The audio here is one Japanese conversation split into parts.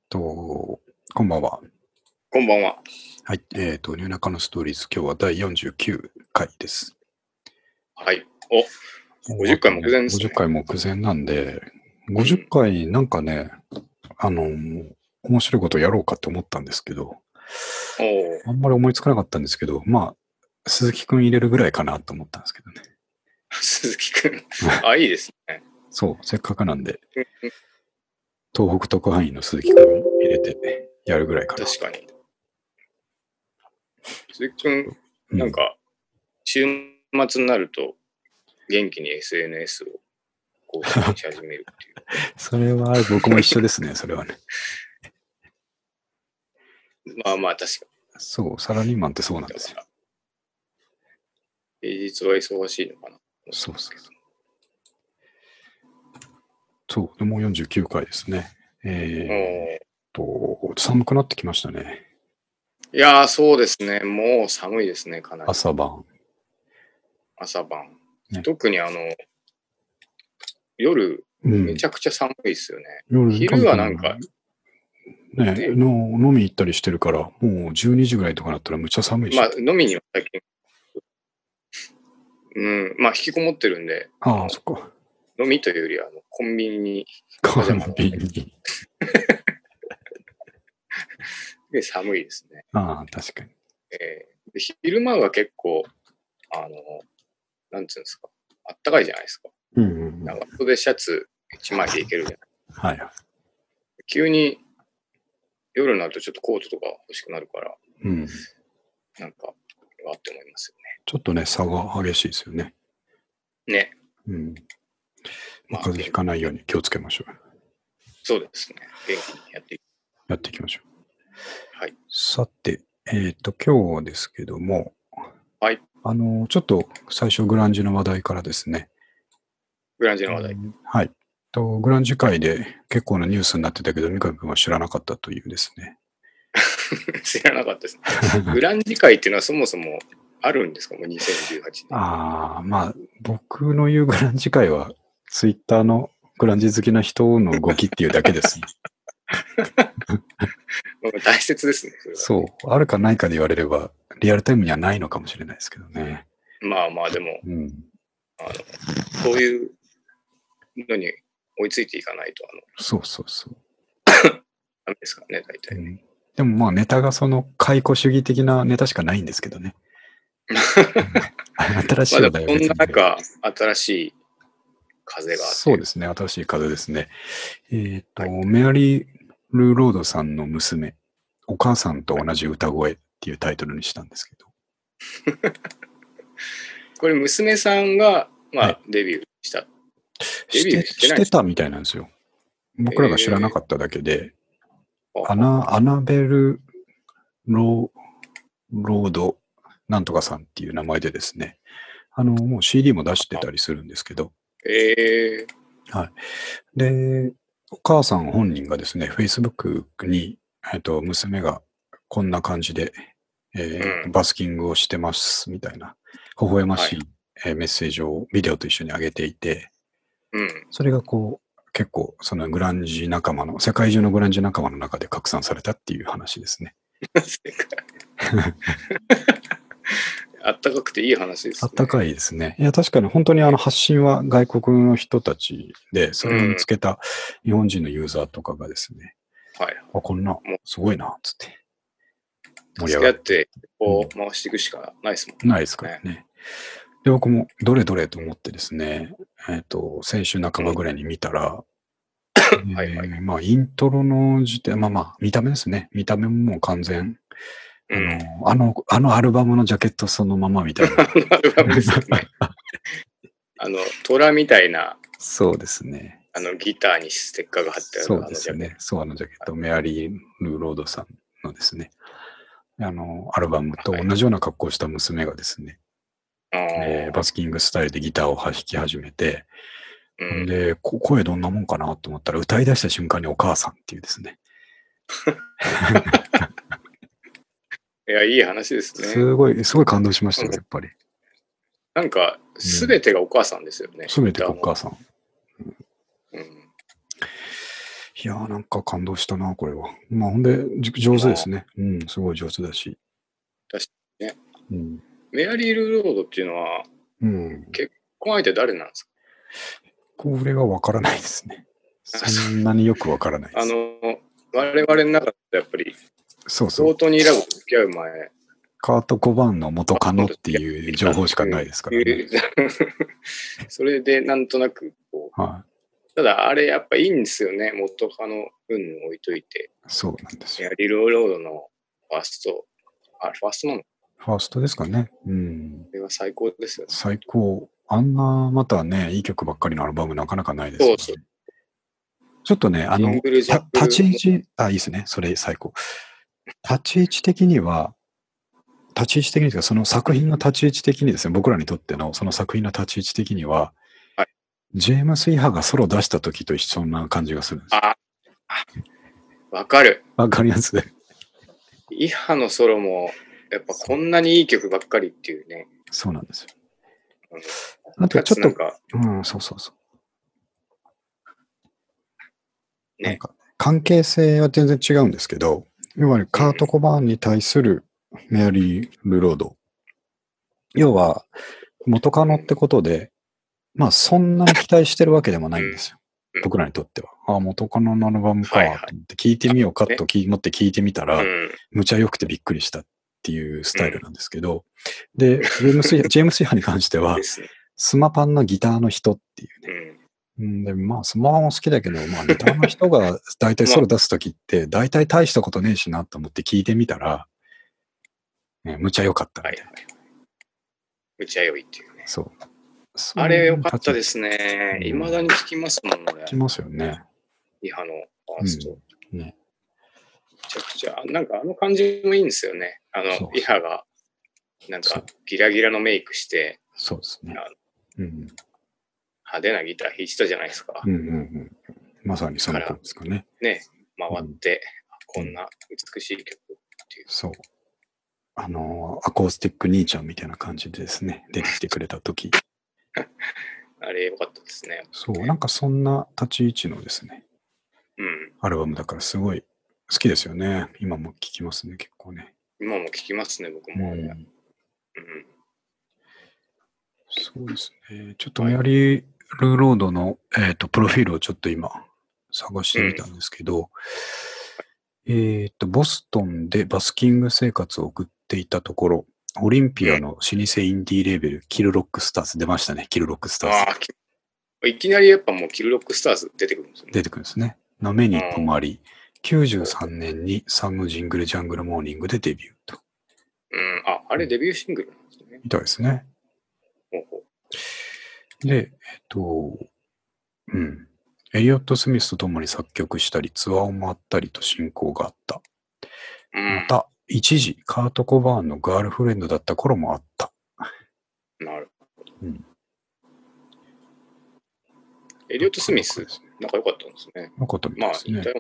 こんばんは。 こんばんは。 はい。ニューナカのストーリーズ、今日は第49回です。 はい。お、50回目前ですね。 50回目前なんで、 う 50 ん。 回なんかね、面白いことやろうかって思ったんですけど、 おー、 あんまり思いつかなかったんですけど、まあ、鈴木くん入れるぐらいかなと思ったんですけどね。 鈴木くん。あ、いいですね。 そう、せっかくなんで、 うんうん、 東北特派員の鈴木くん入れてやるぐらいかな。 確かに。鈴木くん、 うん。 なんか、週末になると、元気に SNS を更新し始めるっていう。 それは僕も一緒ですね、それはね。 まあまあ、確かそう、サラリーマンってそうなんに。 ですよ。 だから、平日は忙しいのかなと思ってそうそう。 ますけど。 そう、もう49回ですね。 おー、 寒くなってきましたね。 いやー、そうですね。もう寒いですね、かなり。 朝晩。 朝晩。 ね。 特に夜、 うん。 めちゃくちゃ寒いですよね。 夜、ト昼ム君はなんか、 ね、 ね、 飲み行ったりしてるから、もう12時ぐらいとかなったらむっちゃ寒いでしょ。 まあ、飲みには最近、まあ、引きこもってるんで、 ああ、そっか。 飲みというよりは、コンビニにコンパジャマでビニ。 で寒いですね。 ああ、確かに。 で昼間は結構、あの、なんつうんですか、あったかいじゃないですか。 うんうんうん。 長袖シャツ1枚でいけるじゃない。 はいはい。 急に夜になるとちょっとコートとか欲しくなるから、 うん。 なんか、わって思いますよちょっとね、差が激しいですよね。 ね。ね。 うん。まあ、 まあ、 風邪ひかないように気をつけましょう。 そうですね。元気にやっていく。 やっていきましょう。 はい。 さて、今日ですけども、 はい。 ちょっと最初グランジの話題からですね。 グランジの話題。 はい。グランジ会で結構なニュースになってたけど、三上君は知らなかったというですね。 知らなかったですね。グランジ会っていうのはそもそもあるんですか？もう2018年。 ああ、まあ、僕の言うグランジ会は、ツイッターのグランジ好きな人の動きっていうだけですね。 大切ですね、それはね。 そう。あるかないかで言われれば、リアルタイムにはないのかもしれないですけどね。 まあまあ、でも、 うん。 そういうのに追いついていかないと、 そうそうそう。 ダメですからね、大体ね。 でもまあネタがその解雇主義的なネタしかないんですけどね。新しい話題はまあでも、そん別にね。 な中、新しい風がという。 そうですね。新しい風ですね。 はい、 メアリー・ルーロードさんの娘、お母さんと同じ歌声っていうタイトルにしたんですけど。 これ、娘さんが、まはい。 あ、デビューした。デビューしてないですしてたみたいなんですよ。僕らが知らなかっただけで、 ははアナベル・ロードなんとかさんっていう名前でですね、もう CD も出してたりするんですけど、 えはい。で、お母さん本人がですね、Facebook に、娘がこんな感じで、 うん。 バスキングをしてますみたいな、微笑まはい。 しい、メッセージをビデオと一緒に上げていて、 うん。 それがこう、結構、そのグランジ仲間の、世界中のグランジ仲間の中で拡散されたっていう話ですね。 正解。あったかくていい話ですね。 あったかいですね。いや、確かに本当に発信は外国の人たちで、それを見つけた日本人のユーザーとかがですね、 はい。 あ、こんな、 もすごいな、つってう、 盛り上がって。 付き合って、こう、回していくしかないですもんないですからね。 ね。で、僕もどれどれと思ってですね、先週半ばぐらいに見たら、 はいはい。 まあ、イントロの時点、まあまあ、見た目ですね。見た目ももう完全、 うん。 あのアルバムのジャケットそのままみたいな。 アルバムですよね。虎みたいな、 そうですね。 ギターにステッカーが貼ってあそうるジャケッですね。そう、ジャケット、メアリー・ルーロードさんのですね、アルバムト。はい。 と同じような格好をした娘がですね、 ああ、 バスキングスタイルでギターを弾き始めて、 うん。 で、声どんなもんかなと思ったら、歌い出した瞬間にお母さんっていうですね。 いや、いい話ですね。 すごい感動しましたよ、 うん、 やっぱり。 なんか、すべてがお母さんですよね。 すべて歌も。 がお母さん。 うん。 いやーなんか感動したな、これは。まあほんで、上手ですね。うん、すごい上手だし。 確かにね。 うん。 メアリー・ルーロードっていうのは、 うん。 結婚相手誰なんですか？ これはわからないですね。 あ、 そんなによくわからないです。 我々の中でやっぱり、 そうそう。 コートニー・ラブと付き合う前、 カート・コバーンの元カノっバンドとていう付き合っていた情報しかないですからね。 それでなんとなくこう、 はい。 ただあれやっぱいいんですよね、元カノ云々置いといて。 そうなんですよ。 メアリー・ルーロードのファースト、ファーストなの？ ファーストですかね。うん。 これは最高ですよね。 最高。あんな、またね、いい曲ばっかりのアルバムなかなかないですそうそう。 もんね。ちょっとね、 ジングルジャングルも、 立ち位置、あ、いいですね。それ最高。立ち位置的には、立ち位置的にというか、その作品の立ち位置的にですね、僕らにとってのその作品の立ち位置的には、 はい、 ジェームス・イハがソロ出した時と一緒な感じがするんですよ。 あ、わかる。 わかりますイハのソロも、やっぱこんなにいい曲ばっかりっていうね。 そうなんですよ。 うんかあとちょっと、 つなんか、 そうそうそう。なんね。 か、関係性は全然違うんですけど、要はカート・コバーンに対するメアリー・ルロード。要は、元カノってことで、まあそんなに期待してるわけでもないんですよ。僕らにとっては。ああ、元カノのアルバムか、 はいはい。 と思って聞いてみようかね。 と思って聞いてみたら、 うん。 むちゃ良くてびっくりしたっていうスタイルなんですけど、で、ジェームス・イハに関しては、 ですね。 スマパンのギターの人っていうね。で、まあ、スマホも好きだけど、まあ、ギターの人が大体まあ、 ソロ出すときって、大体大したことねえしなと思って聞いてみたら、むちゃ良かったみたいな。 はいはい。むちゃ良いっていうね。 そう。そういうあれ良かっ立ち位置。 たですね。未だに聞きますもんね。 聞きますよね。 イハのファースト。 ね。 めちゃくちゃ、なんかあの感じもいいんですよね。 そうイハが、なんかギラギラのメイクして、 そうですね。 派手なギター弾いてたじゃないですか。 まさにその子ですかね。 ね、回って、こんな美しい曲っていう。 そう。アコースティック兄ちゃんみたいな感じでですね、出てきてくれたとき。 あれ良かったですね。 そう、なんかそんな立ち位置のですね、アルバムだからすごい好きですよね。今も聴きますね、結構ね。 今も聴きますね、僕もあれ。 そうですね。ちょっとメアリー・ルーロードの、プロフィールをちょっと今探してみたんですけど、ボストンでバスキング生活を送っていたところ、オリンピアの老舗インディーレーベル、キルロックスターズ出ましたね、キルロックスターズ。 ああ、いきなりやっぱもうキルロックスターズ出てくるんですね。 出てくるんですね。の目に留まり、93年にサム・ジングル・ジャングル・モーニングでデビューと。 あれデビューシングルなんですね。 みたいですね。で、エリオット・スミスと共に作曲したり、ツアーを回ったりと親交があった。また、一時、カート・コバーンのガールフレンドだった頃もあった。 なるほど。エリオット・スミス、仲良かったんですね。 良かったみたいですね。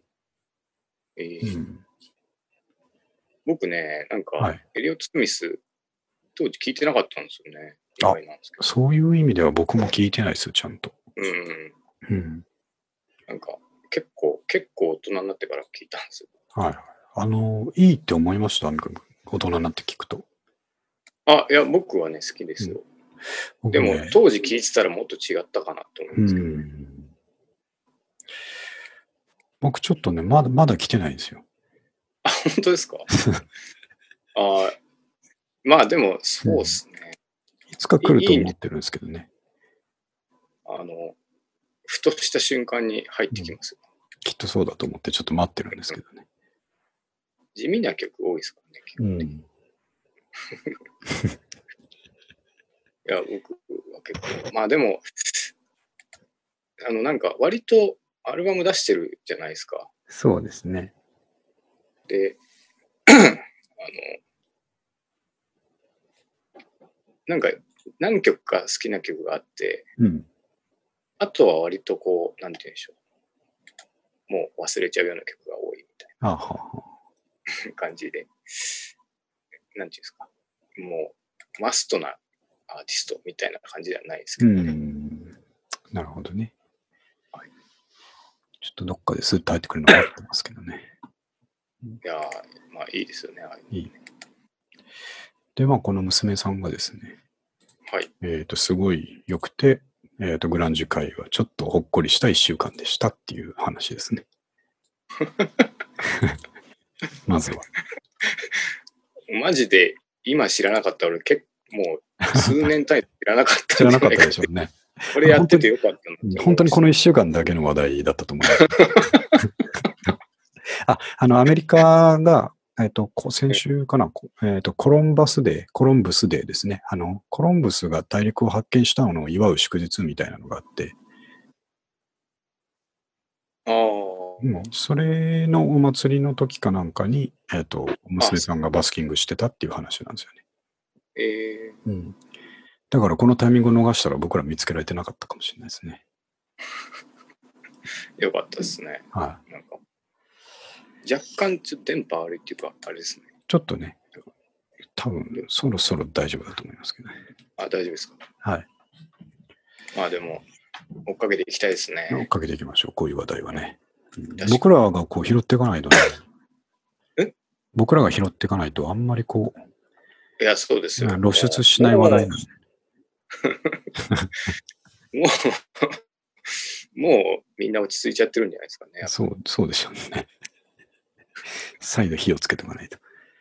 僕ね、なんか、エリオット・スミス、当時聞いてなかったんですよね。意外なんですけど。 そういう意味では僕も聞いてないですよ、ちゃんと。 なんか、結構大人になってから聞いたんですよ。 いいって思いました、大人になって聞くと。 いや、僕はね、好きですよ。でも、当時聞いてたらもっと違ったかなと思うんですけど。 僕ちょっとね、まだ来てないんですよ。 本当ですか？まあでも、そうっすね。 いつか来ると思ってるんですけどね。 ふとした瞬間に入ってきますよ。 きっとそうだと思ってちょっと待ってるんですけどね。 地味な曲多いですからね、いや、僕は結構、まあでも、なんか割とアルバム出してるじゃないですか。 そうですね。 で、なんか何曲か好きな曲があって、あとは割とこう、なんて言うんでしょう。もう忘れちゃうような曲が多いみたいな感じで、なんていうんですか。もうマストなアーティストみたいな感じではないですけどね。 なるほどね。 ちょっとどっかでスッと入ってくるのがあってますけどね。 いやまあいいですよね。 いい。で、まあこの娘さんがですね、 はい。 すごい良くて、グランジ会はちょっとほっこりした1週間でしたっていう話ですね。まずは。 マジで今知らなかった俺もう数年単位知らなかった知らなかったでしょうね。 これやっててよかったの。本当にこの1週間だけの話題だったと思います。アメリカが、先週かな、コロンブスデーですね。コロンブスが大陸を発見したのを祝う祝日みたいなのがあって、それのお祭りの時かなんかに、娘さんがバスキングしてたっていう話なんですよね。だからこのタイミングを逃したら僕ら見つけられてなかったかもしれないですね。 よかったですね。 はい。 なんか若干ちょっと電波悪いっていうか、あれですね。 ちょっとね、多分そろそろ大丈夫だと思いますけどね。 大丈夫ですか。 はい。 まあでも、追っかけていきたいですね。 追っかけていきましょう、こういう話題はね。僕らがこう拾っていかないとね。僕らが拾っていかないとあんまりこう、 いや、そうですよ。 露出しない話題なんで。 もうみんな落ち着いちゃってるんじゃないですかね。 そうでしょうね。再度火をつけておかないと。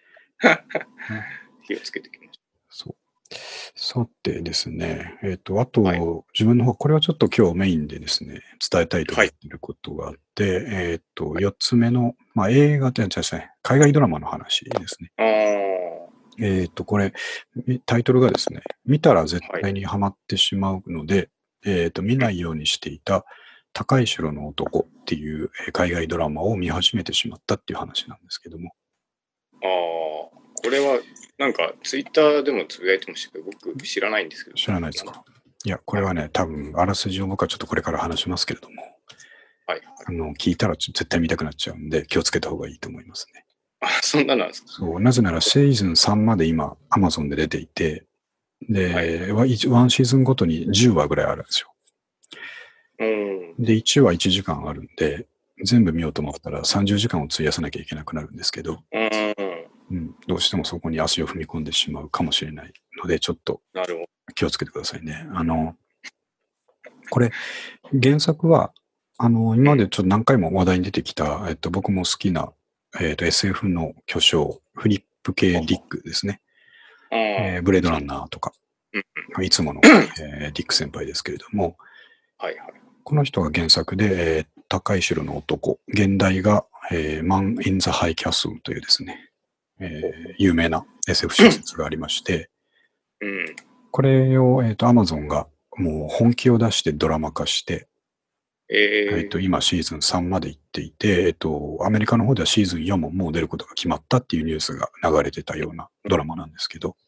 火をつけていきましょう。 そう。さてですね、あと、自分の方、これはちょっと今日メインでですね、伝えたいと思っていることがあって、4つ目の、映画ですね、海外ドラマの話ですね。これ、タイトルがですね、見たら絶対にハマってしまうので、見ないようにしていた高い城の男っていう海外ドラマを見始めてしまったっていう話なんですけども。 これはなんかツイッターでもつぶやいてましたけど、僕知らないんですけど。 知らないですか。いや、これはね、多分、あらすじを僕はちょっとこれから話しますけれども、聞いたら絶対見たくなっちゃうんで、気をつけた方がいいと思いますね。 そんななんですか。 そう、なぜならシーズン3まで今、Amazon で出ていて、で、ワンシーズンごとに10話ぐらいあるんですよ。で、1話1時間あるんで、全部見ようと思ったら30時間を費やさなきゃいけなくなるんですけど、どうしてもそこに足を踏み込んでしまうかもしれないので、ちょっと気をつけてくださいね。これ、原作は、今までちょっと何回も話題に出てきた、僕も好きな、SF の巨匠、フリップ・K・ディックですね。ブレードランナーとか、いつもの、ディック先輩ですけれども、この人が原作で、高い城の男、現代が、Man in the High Castle というですね、有名な SF 小説がありまして、これを、Amazon がもう本気を出してドラマ化して、今シーズン3まで行っていて、アメリカの方ではシーズン4ももう出ることが決まったっていうニュースが流れてたようなドラマなんですけど、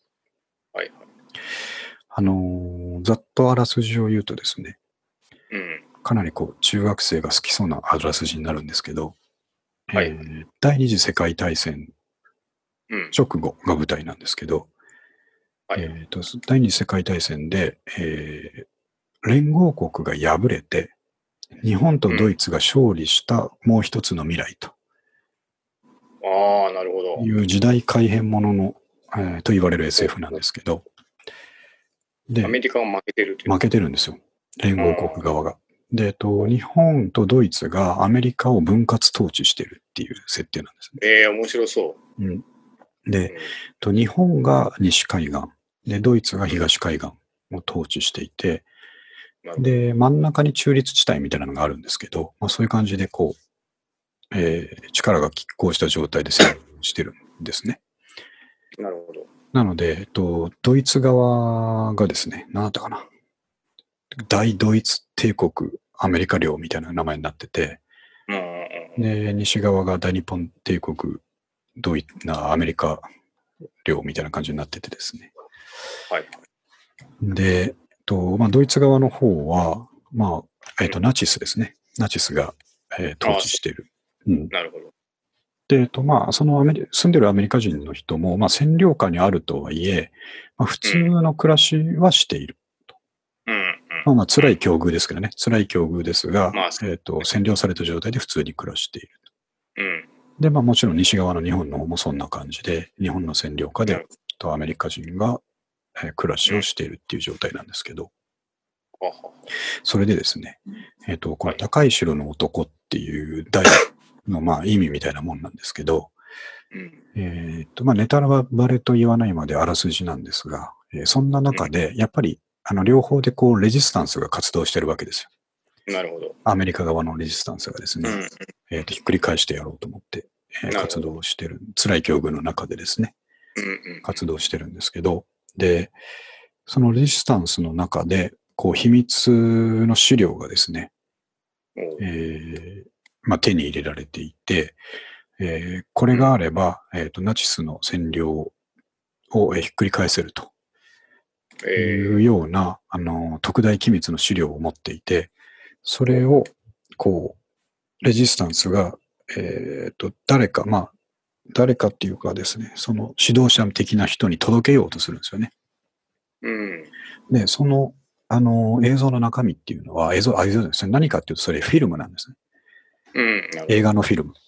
ざっとあらすじを言うとですね、かなりこう中学生が好きそうなあらすじになるんですけど、第二次世界大戦直後が舞台なんですけど、第二次世界大戦で、連合国が敗れて、日本とドイツが勝利したもう一つの未来と。 なるほど。 いう時代改変ものの、と言われる SF なんですけど。 で、アメリカは負けてる負けてるんですよ。連合国側が。で、日本とドイツがアメリカを分割統治してるっていう設定なんですね。面白そう。 で、日本が西海岸、で、ドイツが東海岸を統治していて、で、真ん中に中立地帯みたいなのがあるんですけど、そういう感じでこう、力が拮抗した状態で戦争してるんですね。 なるほど。 なので、ドイツ側がですね、何だったかな。大ドイツ帝国アメリカ領みたいな名前になってて、で、西側が大日本帝国アメリカ領みたいな感じになっててですね。で、ドイツ側の方は、ナチスですね。ナチスが、統治している。 なるほど。 で、その住んでるアメリカ人の人も、占領下にあるとはいえ、普通の暮らしはしていると。 まあ辛い境遇ですけどね。辛い境遇ですが、占領された状態で普通に暮らしている。 うん。 で、まあもちろん西側の日本の方もそんな感じで、日本の占領下で、アメリカ人が、暮らしをしているっていう状態なんですけど、それでですね、この高い城の男っていう題のまあ意味みたいなもんなんですけど、まあネタバレと言わないまであらすじなんですが、そんな中で、やっぱり、両方でこう、レジスタンスが活動してるわけですよ。なるほど。 アメリカ側のレジスタンスがですね、ひっくり返してやろうと思って、活動してる、辛い境遇の中でですね、活動してるんですけど、で、そのレジスタンスの中で、こう、秘密の資料がですね、まあ、手に入れられていて、これがあれば、ナチスの占領をひっくり返せるというような、特大機密の資料を持っていて、それを、こう、レジスタンスが、誰かっていうかですね、その指導者的な人に届けようとするんですよね。で、その、映像の中身っていうのは、映像ですね。何かっていうと、それフィルムなんですね。映画のフィルム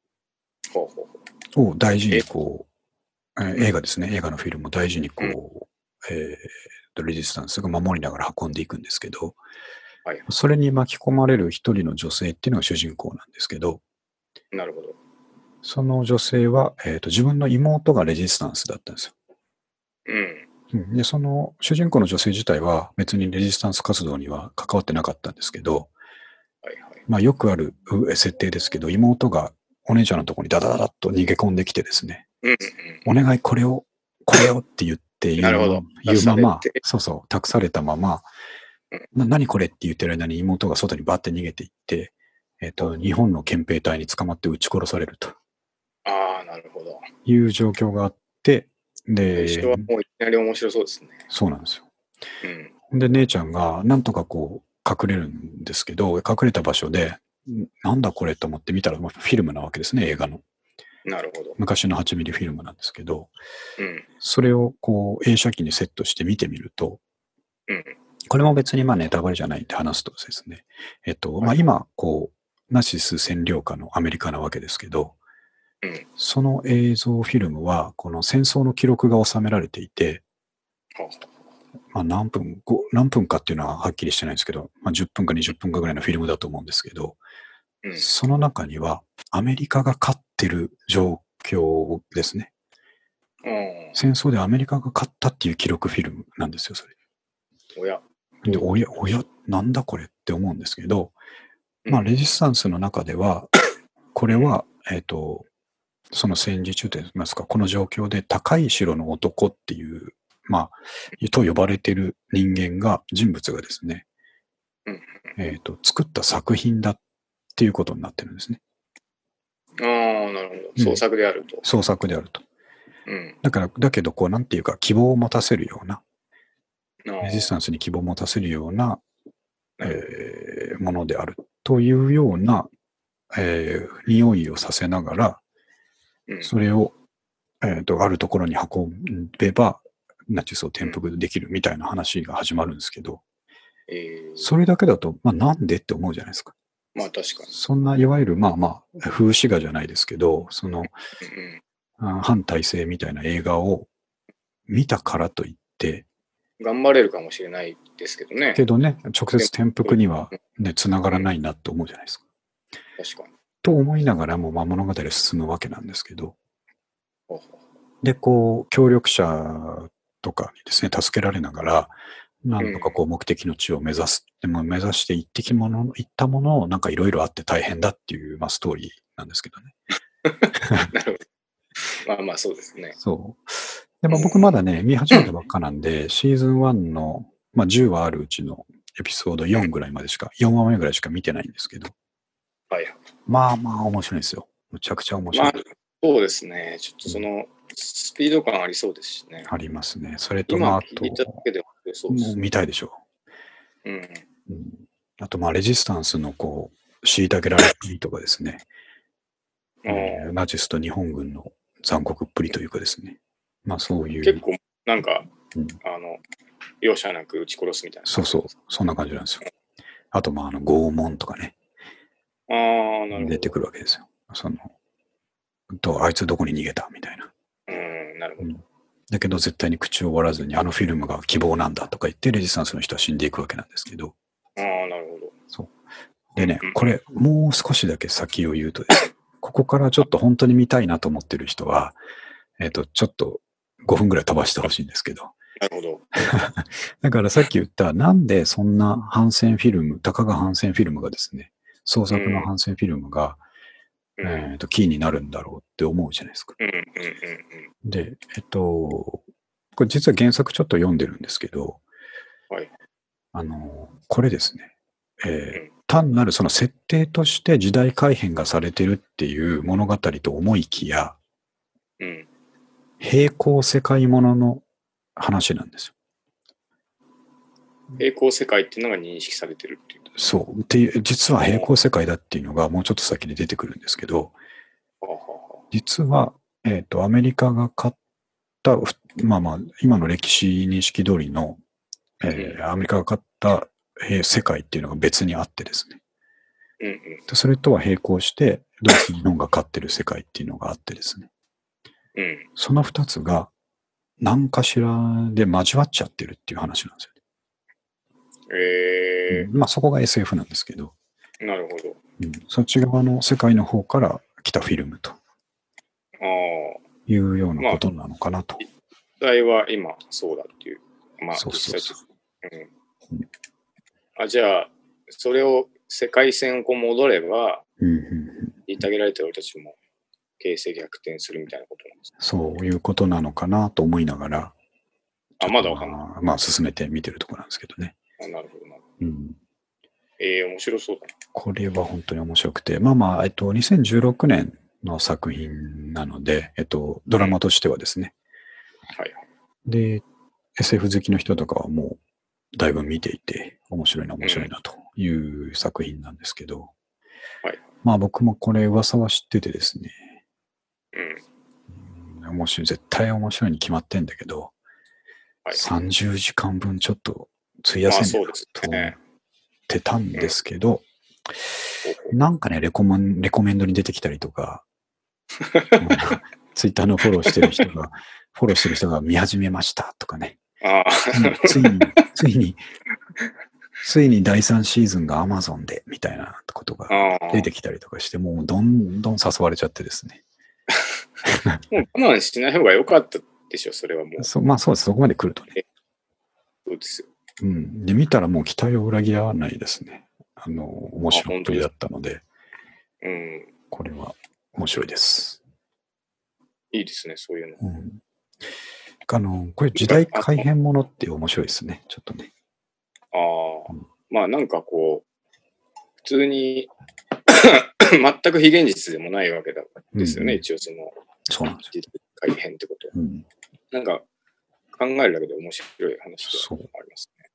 を大事にこう、映画ですね。映画のフィルムを大事にこう、レジスタンスが守りながら運んでいくんですけど、それに巻き込まれる一人の女性っていうのが主人公なんですけど、 なるほど。 その女性は、自分の妹がレジスタンスだったんですよ。で、その主人公の女性自体は別にレジスタンス活動には関わってなかったんですけど、まあよくある設定ですけど、妹がお姉ちゃんのところにダダダッと逃げ込んできてですね、お願いこれをって言って言うまま、託されたまま、何これって言ってる間に妹が外にバッて逃げていって、日本の憲兵隊に捕まって撃ち殺されると。 なるほど。 いう状況があって、で、 後ろはもういきなり面白そうですね。 そうなんですよ。で、姉ちゃんがなんとかこう隠れるんですけど、隠れた場所で、なんだこれと思って見たら、フィルムなわけですね、映画の。 なるほど。 昔の8ミリフィルムなんですけど、それをこう映写機にセットして見てみると、これも別にまあネタバレじゃないんで話すとですね、まあ今、こう、ナチス占領下のアメリカなわけですけど、その映像フィルムは、この戦争の記録が収められていて、まあ何分かっていうのははっきりしてないんですけど、まあ10分か20分かぐらいのフィルムだと思うんですけど、その中にはアメリカが勝ってる状況ですね。戦争でアメリカが勝ったっていう記録フィルムなんですよ、それ。で、なんだこれって思うんですけど、まあ、レジスタンスの中では、これは、その戦時中といいますか、この状況で高い城の男っていう、まあ、と呼ばれている人物がですね、作った作品だっていうことになってるんですね。 なるほど。創作であると。 創作であると。だけど、こう、なんていうか、希望を持たせるような、レジスタンスに希望を持たせるような、ものであるというような、匂いをさせながら、それを、あるところに運べば、ナチスを転覆できるみたいな話が始まるんですけど、それだけだと、まあなんでって思うじゃないですか。 まあ確かに。 そんな、いわゆるまあ風刺画じゃないですけど、その、反体制みたいな映画を見たからといって、 頑張れるかもしれないですけどね。 直接転覆にはね、繋がらないなって思うじゃないですか。 確かに。 と思いながらも、まあ物語は進むわけなんですけど、で、こう、協力者とかにですね、助けられながら、なんとかこう目的の地を目指して行ったものをなんかいろいろあって大変だっていう、まあストーリーなんですけどね。 なるほど。まあまあそうですね。 そう。でも僕まだね、見始めたばっかなんで、シーズン1の、まあ10話あるうちのエピソード4ぐらいまでしか、4話目ぐらいしか見てないんですけど。まあまあ面白いですよ。むちゃくちゃ面白い。 まあ、そうですね。ちょっとその、スピード感ありそうですしね。 ありますね。それとまあ、あと、もう見たいでしょう。あとまあ、レジスタンスのこう、虐げられっぷりとかですね。ナチスと日本軍の残酷っぷりというかですね。まあそういう。 結構、なんか、 容赦なく撃ち殺すみたいな。 そうそう、そんな感じなんですよ。あと、拷問とかね。 ああ、なるほど。 出てくるわけですよ。あいつどこに逃げたみたいな。 なるほど。 だけど絶対に口を割らずに、あのフィルムが希望なんだとか言って、レジスタンスの人は死んでいくわけなんですけど。 ああ、なるほど。 そう。でね、これ、もう少しだけ先を言うとですね、ここからちょっと本当に見たいなと思ってる人は、ちょっと5分ぐらい飛ばしてほしいんですけど。 なるほど。 だからさっき言った、なんでそんなハンセンフィルム、たかがハンセンフィルムがですね、創作のハンセンフィルムが、キーになるんだろうって思うじゃないですか。で、これ実は原作ちょっと読んでるんですけど、 はい、 これですね、単なるその設定として時代改変がされてるっていう物語と思いきや、平行世界ものの話なんですよ。 平行世界っていうのが認識されてるっていう。 そう。で、実は平行世界だっていうのがもうちょっと先で出てくるんですけど、実は、アメリカが勝った、今の歴史認識通りの、アメリカが勝った世界っていうのが別にあってですね。それとは並行して、ドイツ、日本が勝ってる世界っていうのがあってですね。その二つが何かしらで交わっちゃってるっていう話なんですよね。そこが SF なんですけど。 なるほど。 そっち側の世界の方から来たフィルムというようなことなのかなと。 実際は今そうだっていう。 そうそうそう。 じゃあ、それを世界線を戻れば、言いられてる俺たちも形勢逆転するみたいなことなんですか？ そういうことなのかなと思いながら、 まだわかんない。 進めて見てるところなんですけどね。 なるほどな。面白そうだな。 これは本当に面白くて、2016年の作品なので、ドラマとしてはですね。で、SF 好きの人とかはもうだいぶ見ていて、面白いなという作品なんですけど、僕もこれ噂は知っててですね、絶対面白いに決まってんだけど、30時間分ちょっと費やせんなと思ってたんですけど、なんかね、レコメンドに出てきたりとか、ツイッターのフォローしてる人が見始めましたとかね。ついに第3シーズンが Amazon でみたいなことが出てきたりとかして、もうどんどん誘われちゃってですね。 もう我慢しない方が良かったでしょ、それはもう。 そうです、そこまで来るとね。 そうですよ。 で、見たらもう期待を裏切らないですね。面白いっぷりだったので、これは面白いです。 いいですね、そういうの。これ時代改変ものって面白いですね、ちょっとね。 なんかこう、普通に全く非現実でもないわけですよね、一応その。 そうなんですよ。 改変ってことは。なんか考えるだけで面白い話でありますね。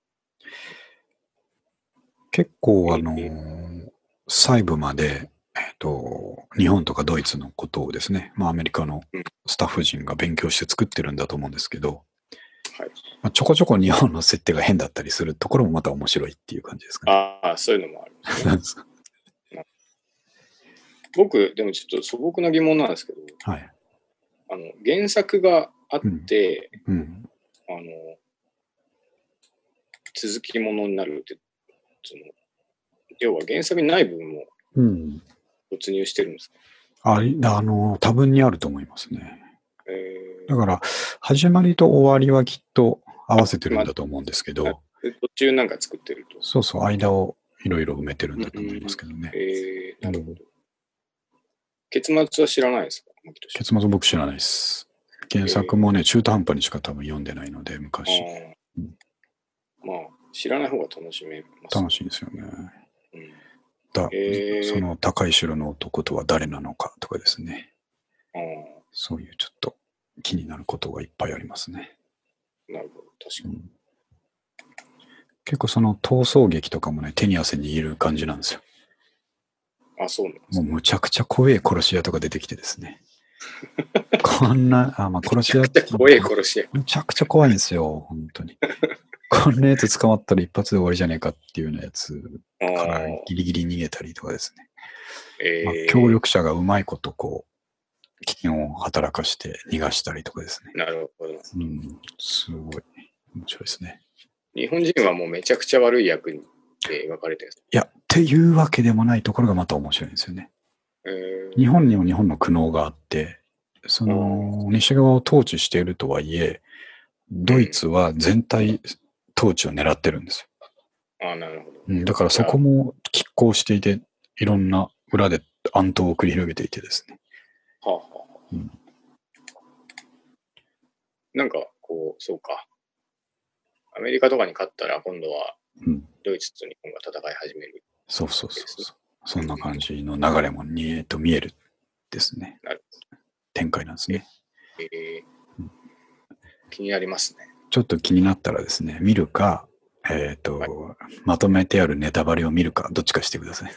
結構細部まで、日本とかドイツのことをですね、アメリカのスタッフ陣が勉強して作ってるんだと思うんですけど、ちょこちょこ日本の設定が変だったりするところもまた面白いっていう感じですかね。そういうのもあるんですね。僕、でもちょっと素朴な疑問なんですけど、原作があって、続きものになるって、要は原作にない部分も没入してるんですか？ 多分にあると思いますね。だから、始まりと終わりはきっと合わせてるんだと思うんですけど、 途中なんか作ってると。 そう、間をいろいろ埋めてるんだと思いますけどね。 なるほど。結末は知らないですか？ 結末は僕知らないです。原作もね、中途半端にしか多分読んでないので、昔。 知らない方が楽しめます。 楽しいですよね。その高い城の男とは誰なのかとかですね。そういうちょっと気になることがいっぱいありますね。 なるほど、確かに。 結構その逃走劇とかもね、手に汗握る感じなんですよ。 そうなんですね。 もうむちゃくちゃ怖い殺し屋とか出てきてですね。こんな、殺し屋。 めちゃくちゃ怖い殺し屋。 むちゃくちゃ怖いんですよ、本当に。 こんなやつ捕まったら一発で終わりじゃねえかっていうようなやつからギリギリ逃げたりとかですね。協力者がうまいことこう、危険を働かして逃がしたりとかですね。 なるほど。 すごい面白いですね。 日本人はもうめちゃくちゃ悪い役に描かれてるんですか？ いや、っていうわけでもないところがまた面白いんですよね。日本にも日本の苦悩があって、その西側を統治しているとはいえ、ドイツは全体統治を狙ってるんですよ。なるほど。 だからそこも拮抗していて、いろんな裏で暗闘を繰り広げていてですね。 なんかこう、そうか。アメリカとかに勝ったら今度はドイツと日本が戦い始める。 そう。そんな感じの流れも見えるですね。 なるほど。 展開なんですね。 気になりますね。 ちょっと気になったらですね、見るか、まとめてあるネタバレを見るか、どっちかしてください。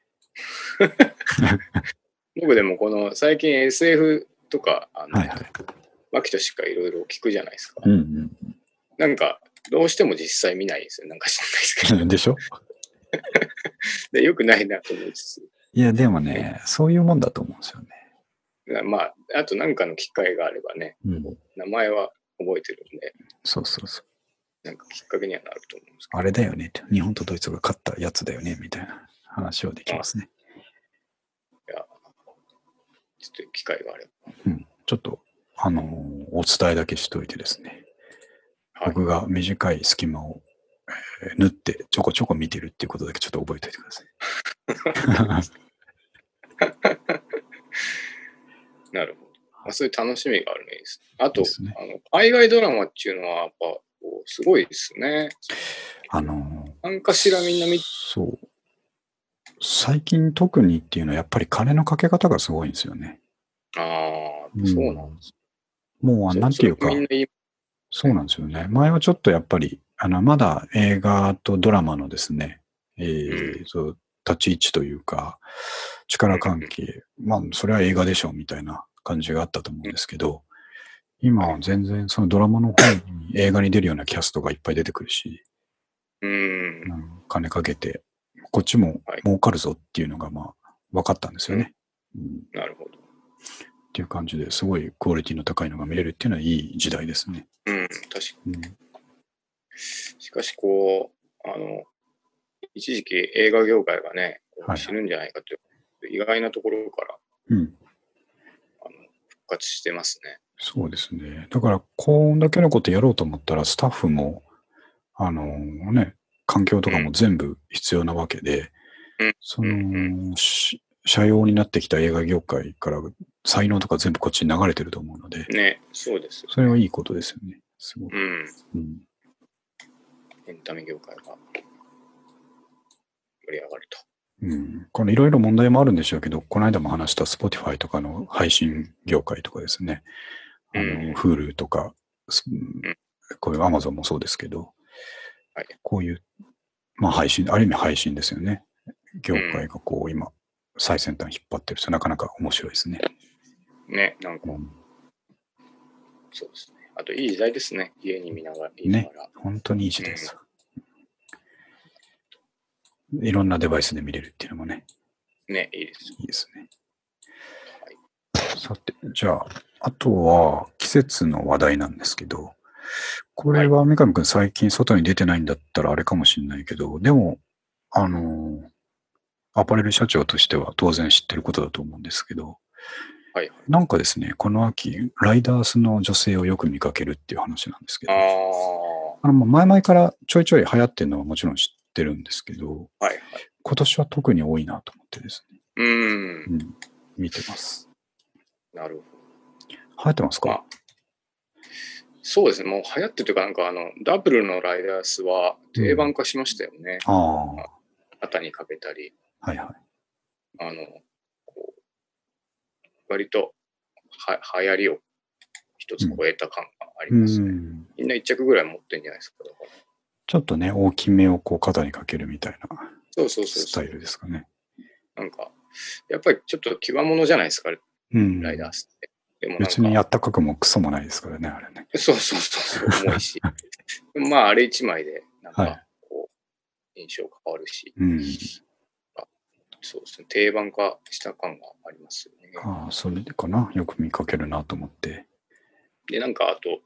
僕でもこの最近 SF とか、牧俊かいろいろ聞くじゃないですか。なんか、どうしても実際見ないんですよ。なんか知らないですけど。 でしょでよくないなと思いつつ。 いや、でもね、そういうもんだと思うんですよね。 まあ、あと何かの機会があればね、名前は覚えてるんで。 そう。 なんかきっかけにはなると思うんですけど。 あれだよねって。日本とドイツが勝ったやつだよね、みたいな話はできますね。 いや、ちょっと機会があれば。 ちょっと、お伝えだけしといてですね。僕が短い隙間を、縫ってちょこちょこ見てるっていうことだけちょっと覚えておいてください。 なるほど。そういう楽しみがあるね。あと、海外ドラマっていうのはやっぱすごいですね。なんかしらみんなそう。最近特にっていうのはやっぱり金のかけ方がすごいんですよね。 そうなんです。 もうなんていうか、そうなんですよね。前はちょっとやっぱり、まだ映画とドラマのですね、立ち位置というか、力関係、それは映画でしょみたいな感じがあったと思うんですけど、今は全然そのドラマの方に映画に出るようなキャストがいっぱい出てくるし、金かけて、こっちも儲かるぞっていうのが分かったんですよね。 なるほど。 っていう感じですごいクオリティの高いのが見れるっていうのはいい時代ですね。 確かに。しかし一時期映画業界がね、死ぬんじゃないかという意外なところから復活してますね。 そうですね。だからこんだけのことやろうと思ったらスタッフも環境とかも全部必要なわけで、社用になってきた映画業界から才能とか全部こっちに流れてると思うので、 ね、そうです。 それはいいことですよね。すごく。 エンタメ業界が盛り上がると。 このいろいろ問題もあるんでしょうけど、この間も話した Spotify とかの配信業界とかですね、Hulu とか、こういう Amazon もそうですけど、こういう、配信、ある意味配信ですよね。業界が今、最先端引っ張ってる人、なかなか面白いですね。 ね、なんか、そうですね。あと、いい時代ですね。家に見ながら。ね、 本当にいい時代です。いろんなデバイスで見れるっていうのもね。 ね、いいです。 いいですね。さて、じゃあ、あとは季節の話題なんですけど、これは三上くん最近外に出てないんだったらあれかもしれないけど、でも、アパレル社長としては当然知ってることだと思うんですけど、なんかですね、この秋、ライダースの女性をよく見かけるっていう話なんですけど、前々からちょいちょい流行ってるのはもちろん知ってるんですけど、今年は特に多いなと思ってですね。見てます。 なるほど。 流行ってますか？ そうですね。もう流行ってるというか、なんかダブルのライダースは定番化しましたよね。肩にかけたり。割と流行りを一つ超えた感がありますね。みんな一着ぐらい持ってるんじゃないですか。 ちょっとね、大きめを肩にかけるみたいなスタイルですかね。 なんか、やっぱりちょっと際物じゃないですか、ライダースって。 でも別にあったかくもクソもないですからね、あれね。 そう、重いし。 まあ、あれ1枚で、なんか、こう、印象変わるし、そうですね、定番化した感がありますよね。 ああ、それでかな。よく見かけるなと思って。 で、なんか、あと、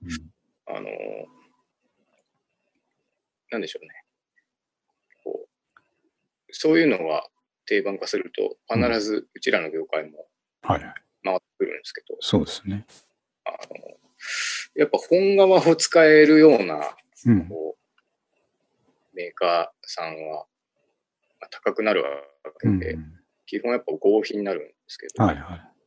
なんでしょうね。こう、そういうのが定番化すると、必ずうちらの業界も回ってくるんですけど、 そうですね。 やっぱ本革を使えるような、こうメーカーさんは高くなるわけで、基本やっぱ合皮になるんですけど、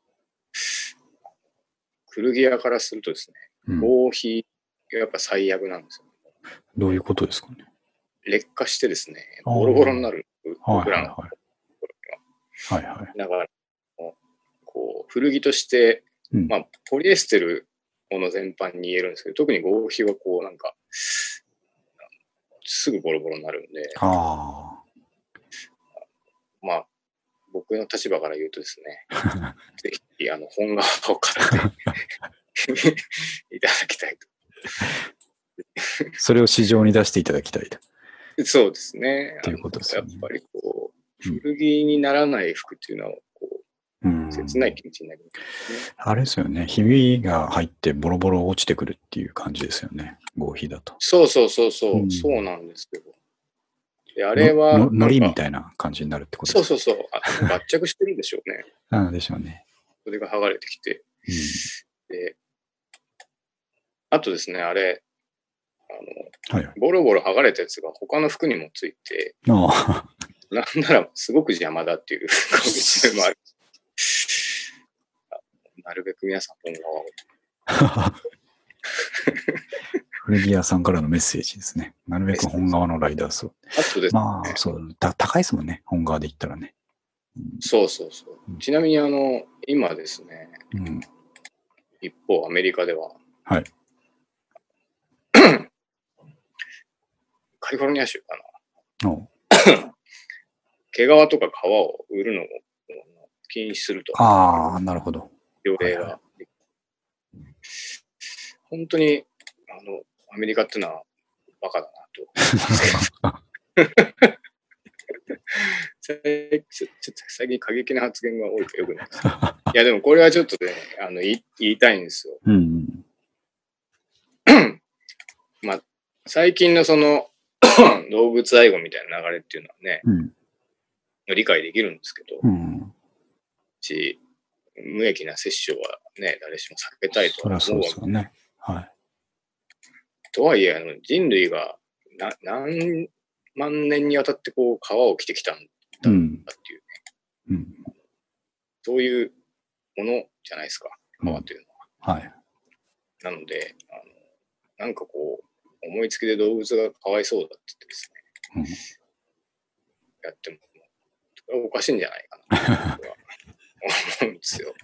古着屋からするとですね、合皮がやっぱ最悪なんですよ。 どういうことですかね。 劣化してですね、ボロボロになる、僕らの。だから、こう古着として、まあ、ポリエステルもの全般に言えるんですけど、特に合皮はこうなんか、すぐボロボロになるんで、まあ、僕の立場から言うとですね、ぜひ、本革を買っていただきたいと。 それを市場に出していただきたいと。 そうですね。 ということですね。 やっぱりこう、古着にならない服っていうのは、こう、切ない気持ちになりますね。 あれですよね。ひびが入ってボロボロ落ちてくるっていう感じですよね。合皮だと。 そうそうなんですけど。で、あれは。 のりみたいな感じになるってことですか。 そう。合着してるんでしょうね。 でしょうね。 それが剥がれてきて。で、あとですね、あれ、ボロボロ剥がれたやつが他の服にもついて、なんならすごく邪魔だっていう感じもある。なるべく皆さん本革を。 古着屋さんからのメッセージですね。なるべく本革のライダースを。 あとですね。 まあ、そう、高いですもんね。本革で言ったらね。 そう。ちなみに今ですね、一方アメリカでは、カリフォルニア州かな。毛皮とか皮を売るのを禁止すると。 なるほど。 条例が。本当に、アメリカってのはバカだなと。最近過激な発言が多いかよくないですか。いや、でもこれはちょっとね、言いたいんですよ。まあ、最近のその動物愛護みたいな流れっていうのはね、理解できるんですけど、無益な摂取はね、誰しも避けたいと思うわけですよね。とはいえ、人類が何万年にわたってこう皮を着てきたんだっていうね、そういうものじゃないですか、皮というのは。なのでなんかこう思いつきで動物がかわいそうだって言ってですね、やってもそれはおかしいんじゃないかなと思うんですよ。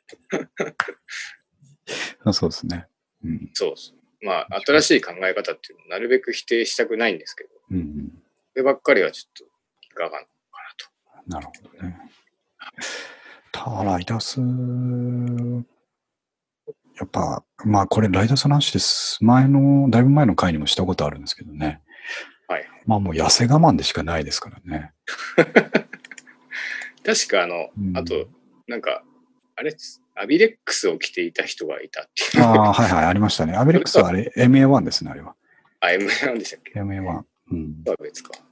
そうですね。 そうです。まあ新しい考え方っていうのをなるべく否定したくないんですけど、そればっかりはちょっといかがなのかなと。なるほどね。ライダース、やっぱ、まあこれライダースの話です。だいぶ前の回にもしたことあるんですけどね。まあもう痩せ我慢でしかないですからね。 確かあと、なんか、あれ、アビレックスを着ていた人がいたっていう。 ありましたね。アビレックスはあれ、MA1 ですね、あれは。 MA1 でしたっけ？ MA1。 別か。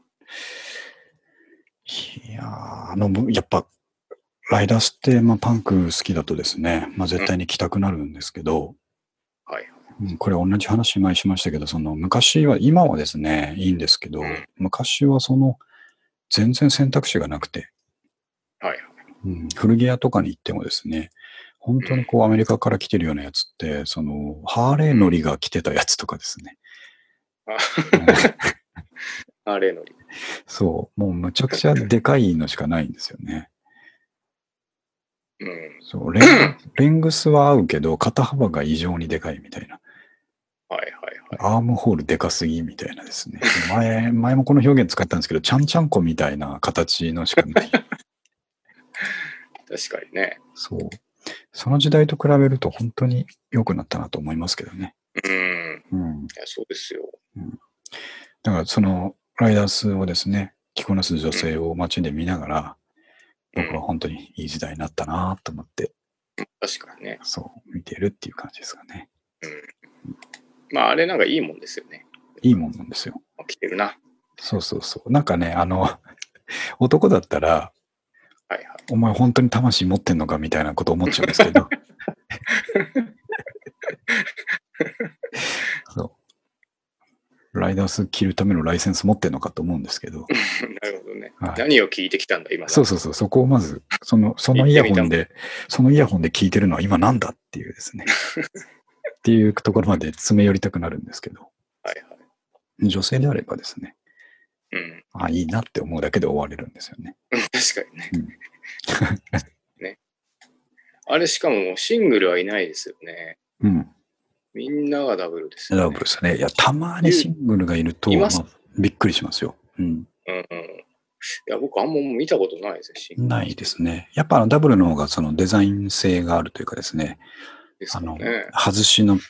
いややっぱ、ライダースって、まあ、パンク好きだとですね、まあ、絶対に着たくなるんですけど、これ同じ話前しましたけど、今はですね、いいんですけど、昔は全然選択肢がなくて、古着屋とかに行ってもですね、本当にアメリカから来てるようなやつって、ハーレー乗りが着てたやつとかですね。 ハーレー乗り。 そう、もうむちゃくちゃでかいのしかないんですよね。そうレングスは合うけど、肩幅が異常にでかいみたいな。アームホールでかすぎみたいなですね。前もこの表現使ったんですけど、ちゃんちゃんこみたいな形のしかない。 確かにね。 そう。その時代と比べると本当に良くなったなと思いますけどね。 うん。いや、そうですよ。 だからそのライダースをですね、着こなす女性を街で見ながら、僕は本当にいい時代になったなと思って、 確かにね。 そう見てるっていう感じですかね。 まああれなんかいいもんですよね。 いいもんなんですよ。 着てるな。 そうそうそう。なんかね、男だったら、 はいはい、 お前本当に魂持ってんのかみたいなこと思っちゃうんですけど。そう。ライダース着るためのライセンス持ってんのかと思うんですけど。 なるほどね、 はい。 何を聞いてきたんだ、今。 そうそうそう。そこをまず、そのイヤホンで、聞いてるのは今なんだっていうですね。っていうところまで詰め寄りたくなるんですけど。 はいはい。 女性であればですね。 うん。 あ、いいなって思うだけで終われるんですよね。 確かにね。ね。あれしかもシングルはいないですよね。 うん。 みんながダブルですよね。 ダブルですね。いや、たまにシングルがいると、まあ、びっくりしますよ。うん。 うんうん。いや、僕あんま見たことないですね、シングル。 ないですね。やっぱダブルの方がそのデザイン性があるというかですね。 ですかね。 外しの、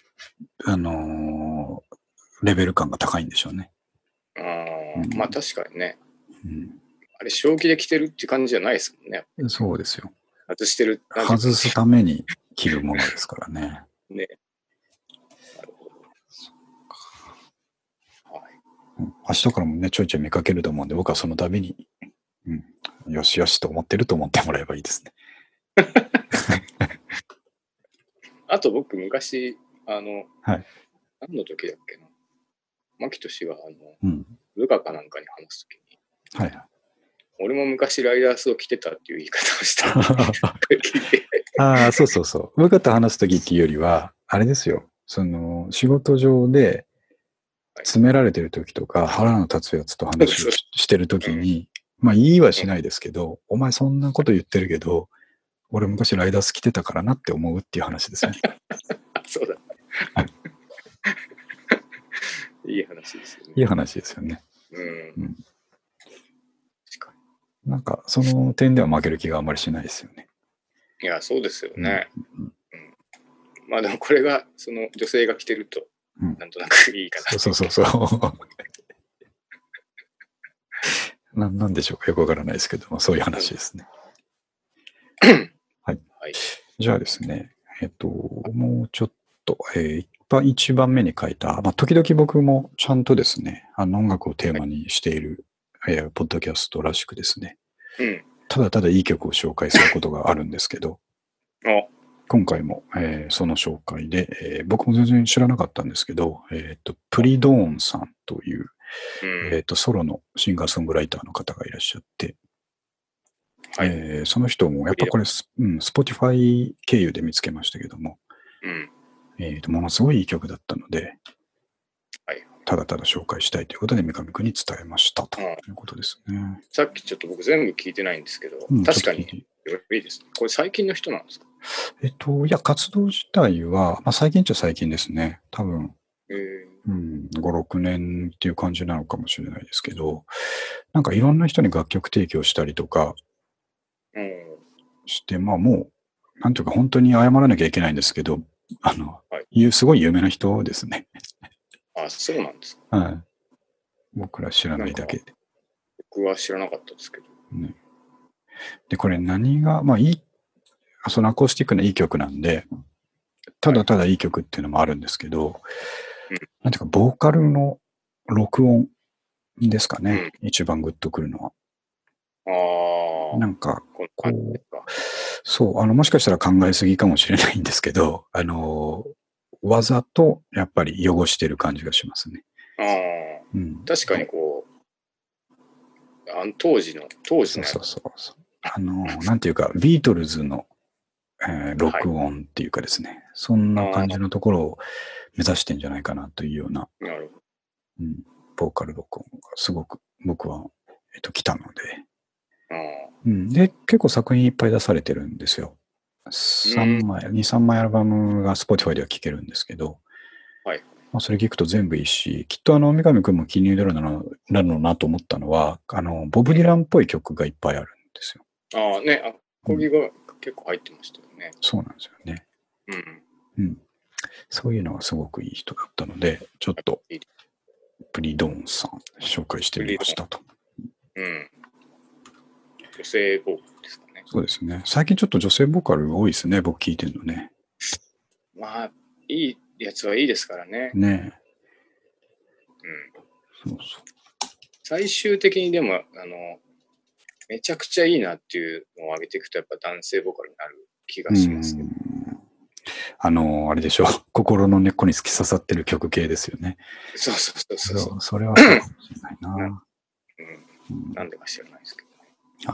レベル感が高いんでしょうね。 まあ確かにね。あれ、正気で着てるっていう感じじゃないですもんね。 そうですよ。 外してる。 外すために着るものですからね。 ね。なるほど。 はい。明日からもね、ちょいちょい見かけると思うんで、僕はその度に、よしよしと思ってると思ってもらえばいいですね。 あと僕、昔、 はい。 何の時だっけな。牧俊が、部下かなんかに話すときに、 はい。 俺も昔ライダースを着てたっていう言い方をした。 ああ、そうそうそう。部下と話すときっていうよりは、あれですよ。その、仕事上で、詰められてるときとか、腹の立つやつと話をしてるときに、まあ、言いはしないですけど、お前そんなこと言ってるけど、俺昔ライダース着てたからなって思うっていう話ですね。 そうだ。いい話ですよね。 いい話ですよね。 確かに。なんか、その点では負ける気があんまりしないですよね。 いや、そうですよね。まあでもこれが、その女性が着てると、なんとなくいいかな。 そう。なんでしょうか、よくわからないですけど、そういう話ですね。はい。じゃあですね、もうちょっと、1番目に書いた、時々僕もちゃんとですね、音楽をテーマにしている、ポッドキャストらしくですね、ただただいい曲を紹介することがあるんですけど、今回も、その紹介で、僕も全然知らなかったんですけど、プリドーンさんという、ソロのシンガーソングライターの方がいらっしゃって、その人も、やっぱこれ、Spotify 経由で見つけましたけども、ものすごいいい曲だったので、ただただ紹介したいということで、三上君に伝えましたということですね。 さっきちょっと僕全部聞いてないんですけど、確かにいいですね。これ最近の人なんですか？ いや、活動自体は、最近っちゃ最近ですね。多分、5、6年っていう感じなのかもしれないですけど、なんかいろんな人に楽曲提供したりとかして、もう、なんていうか本当に謝らなきゃいけないんですけど、すごい有名な人ですね。 あ、そうなんですか。 はい。僕ら知らないだけで。 僕は知らなかったですけど。 で、これ何が、そのアコースティックないい曲なんで、ただただいい曲っていうのもあるんですけど、なんていうか、ボーカルの録音ですかね。一番グッとくるのは。なんか、そう、もしかしたら考えすぎかもしれないんですけど、わざとやっぱり汚してる感じがしますね。 確かにこう、当時の。 なんていうか、ビートルズの、録音っていうかですね、そんな感じのところを目指してんじゃないかなというような、ボーカル録音がすごく僕は、来たので、で、結構作品いっぱい出されてるんですよ。2、3枚アルバムが Spotify では聴けるんですけど、それ聞くと全部いいし、きっと三上くんも気に入るのなと思ったのは、ボブ・ディランっぽい曲がいっぱいあるんですよ。コギが結構入ってましたよね。 そうなんですよね。 そういうのがすごくいい人だったので、ちょっと、プリドーンさん、紹介してみましたと。 うん。女性ボーカルですかね。 そうですね。最近ちょっと女性ボーカル多いですね、僕聞いてるのね。 まあ、いいやつはいいですからね。 ねえ。うん。そうそう。最終的にでも、めちゃくちゃいいなっていうのを上げていくと、やっぱ男性ボーカルになる気がしますけど。 あれでしょう。心の根っこに突き刺さってる曲系ですよね。 そうそうそうそう。 それはそうかもしれないな。 なんでか知らないですけどね。 はい。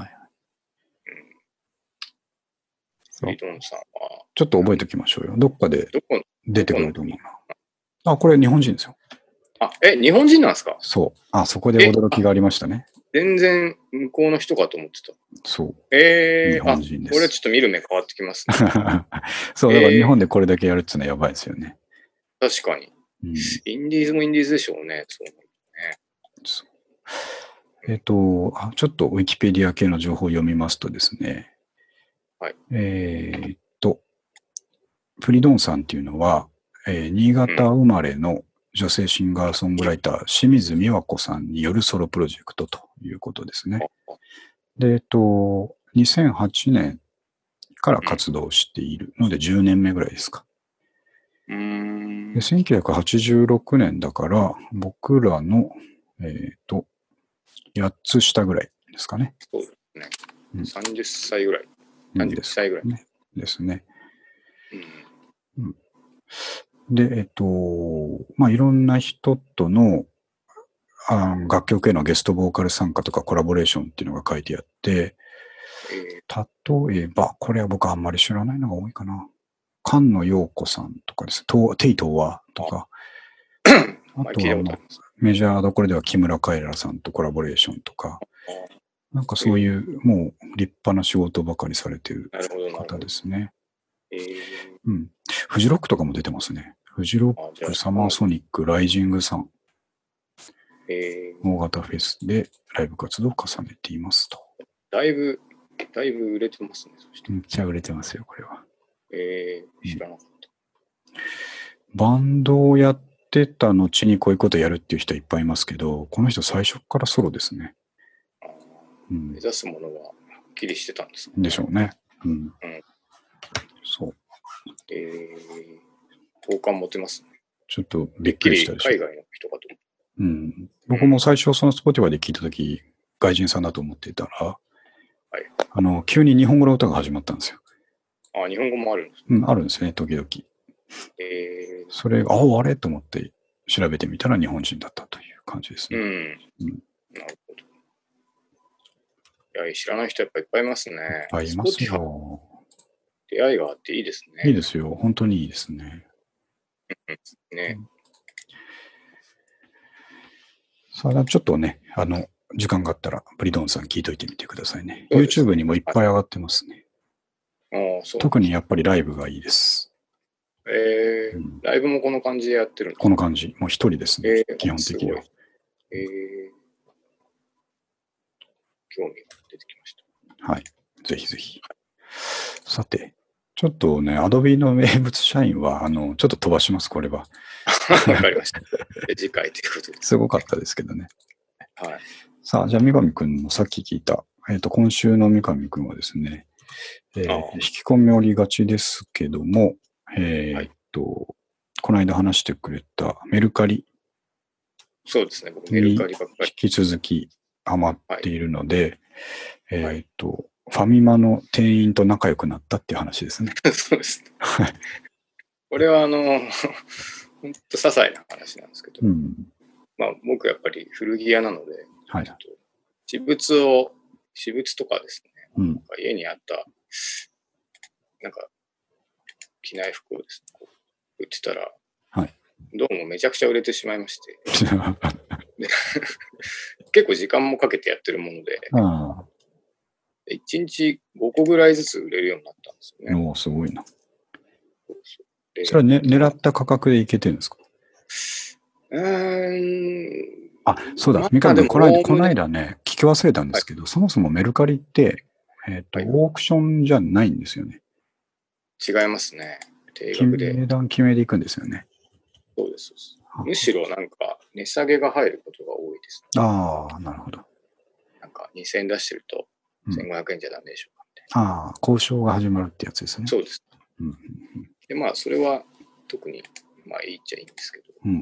リドンさんは。 ちょっと覚えておきましょうよ。どっかで出てくると思うな。これ日本人ですよ。 日本人なんですか？ そう。そこで驚きがありましたね。 全然向こうの人かと思ってた。 そう。 日本人です。これちょっと見る目変わってきますね。 そう、だから日本でこれだけやるっていうのはやばいですよね。 確かに。インディーズもインディーズでしょうね。そうね。ちょっとウィキペディア系の情報を読みますとですね。 はい。 プリドンさんっていうのは、新潟生まれの女性シンガーソングライター、清水美和子さんによるソロプロジェクトということですね。で、2008年から活動しているので10年目ぐらいですか。で1986年だから、僕らの、8つ下ぐらいですかね。 そうですね。30歳ぐらい。30歳ぐらい。 ですね。で、いろんな人との楽曲へのゲストボーカル参加とかコラボレーションっていうのが書いてあって、例えば、これは僕あんまり知らないのが多いかな。菅野陽子さんとかです。テイトーはとか。あとは、メジャーどころでは木村カエラさんとコラボレーションとか。なんかそういう、もう立派な仕事ばかりされてる方ですね。フジロックとかも出てますね。フジロック、サマーソニック、ライジングさん。大型フェスでライブ活動を重ねていますと。 だいぶ売れてますね。 めっちゃ売れてますよ、これは。 知らなかった。 バンドをやってた後にこういうことやるっていう人はいっぱいいますけど、この人最初からソロですね。 目指すものははっきりしてたんですね。でしょうね。そう。 好感持てますね。 ちょっとびっくりしたでしょ。 海外の人かと思う。僕も最初その Spotify で聞いたとき、外人さんだと思っていたら、急に日本語の歌が始まったんですよ。 日本語もあるんですね。あるんですね、時々。それが、あれと思って調べてみたら日本人だったという感じですね。 なるほど。知らない人やっぱいっぱいいますね。いっぱいいますよ。 出会いがあっていいですね。 いいですよ。本当にいいですね。 ね。 さあ、ちょっとね、時間があったら、プリドンさん聞いといてみてくださいね。YouTube にもいっぱい上がってますね。特にやっぱりライブがいいです。 ライブもこの感じでやってるの？ この感じ。もう一人ですね。基本的には。 興味が出てきました。 はい。ぜひぜひ。さて、ちょっとね、Adobe の名物社員は、ちょっと飛ばします、これは。 わかりました。次回ということで。 すごかったですけどね。 はい。 さあ、じゃあ、三上くんのさっき聞いた、今週の三上くんはですね、引き込みおりがちですけども、この間話してくれたメルカリ。 そうですね、僕メルカリばっかり。 引き続きハマっているので、ファミマの店員と仲良くなったっていう話ですね。 そうですね。これは本当些細な話なんですけど、僕やっぱり古着屋なので、私物とかですね、家にあったなんか着ない服をですね、売ってたら、どうもめちゃくちゃ売れてしまいまして、結構時間もかけてやってるもので、1日5個ぐらいずつ売れるようになったんですよね。 すごいな。それは、狙った価格でいけてるんですか？そうだ。三上君、この間ね、聞き忘れたんですけど、そもそもメルカリって、オークションじゃないんですよね。 違いますね。 定額で。 値段決めでいくんですよね。 そうです。むしろなんか値下げが入ることが多いです、 ね。ああ、なるほど。 なんか2000円出してると1500円じゃダメでしょうかみたいな。ああ、交渉が始まるってやつですね。 そうです。で、まあ、それは特に、まあ、いいっちゃいいんですけど、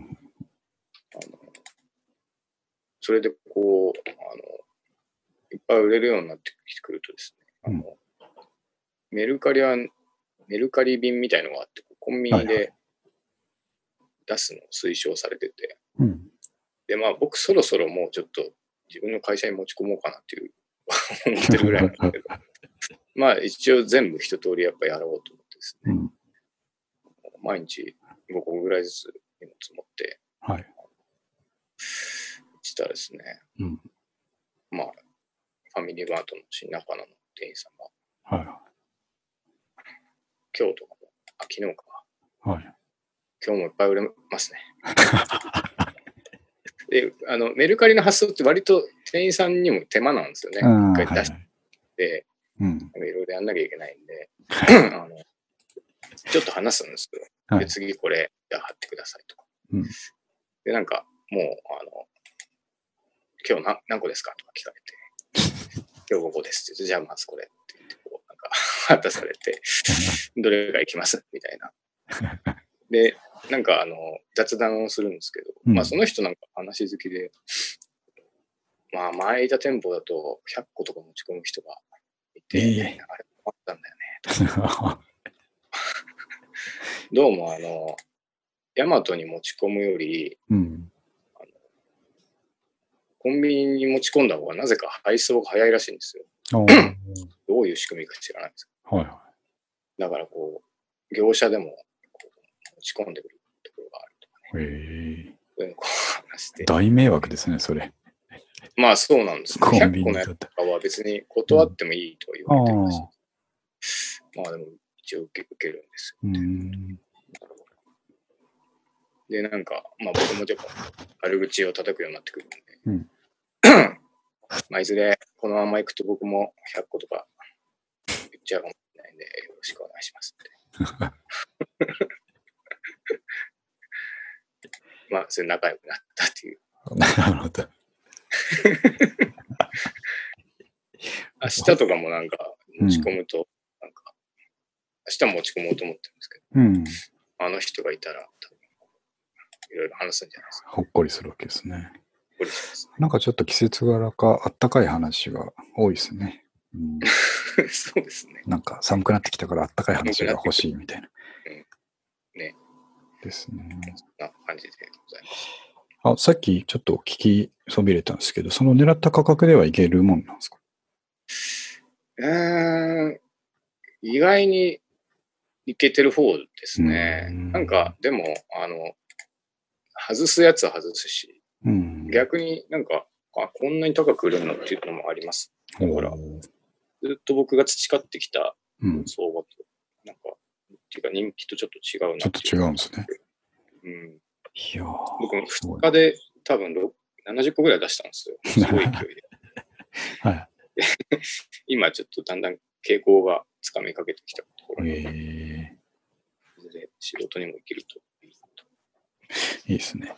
それでこう、いっぱい売れるようになってくるとですね、メルカリ便みたいのがあって、コンビニで出すのを推奨されてて、で、まあ、僕そろそろもうちょっと自分の会社に持ち込もうかなっていう思ってるぐらいなんですけど、まあ、一応全部一通りやっぱやろうと思ってですね、毎日5個ぐらいずつ荷物持って、したらですね、まあ、ファミリーマートの新中野の店員さんが、今日とかも、昨日か、今日もいっぱい売れますね。で、メルカリの発送って割と店員さんにも手間なんですよね。一回出して、いろいろやんなきゃいけないんで、ちょっと話すんですけど、で、次これ、じゃあ貼ってくださいとか。で、なんか、もう、今日何個ですかとか聞かれて、今日5個ですって言って、じゃあまずこれって言って、こう、なんか、渡されて、どれがいきますみたいな。で、なんか雑談をするんですけど、まあその人なんか話好きで、まあ前いた店舗だと100個とか持ち込む人がいて、あれ困ったんだよねと。どうもヤマトに持ち込むより、コンビニに持ち込んだ方がなぜか配送が早いらしいんですよ。どういう仕組みか知らないんですけど。だからこう、業者でも持ち込んでくるところがあるとかね。そういうのこう話して。 大迷惑ですね、それ。 まあそうなんですね。100個のやつとかは別に断ってもいいと言われてるらしいです。まあでも一応受けるんですよ、ね。で、なんか、まあ僕もちょっと悪口を叩くようになってくるんで、まあいずれこのまま行くと僕も100個とか言っちゃうかもしれないんで、よろしくお願いしますって。まあそれ仲良くなったっていう。 なるほど。 明日とかもなんか持ち込むと、なんか、明日持ち込もうと思ってるんですけど、あの人がいたら多分いろいろ話すんじゃないですか。 ほっこりするわけですね。なんかちょっと季節柄かあったかい話が多いですね。 そうですね。 なんか寒くなってきたからあったかい話が欲しいみたいな。 ね。 ですね。 そんな感じでございます。 さっきちょっと聞きそびれたんですけど、その狙った価格ではいけるもんなんですか？ 意外にいけてる方ですね。なんか、でも、外すやつは外すし、逆になんか、こんなに高く売れるのっていうのもあります。だから、ずっと僕が培ってきた相場と、なんか、っていうか人気とちょっと違うなちょっと違うんですね。 いや僕も2日で多分70個ぐらい出したんですよ。すごい勢いで。今ちょっとだんだん傾向がつかみかけてきたところで、仕事にも生きるといいと。 いいですね。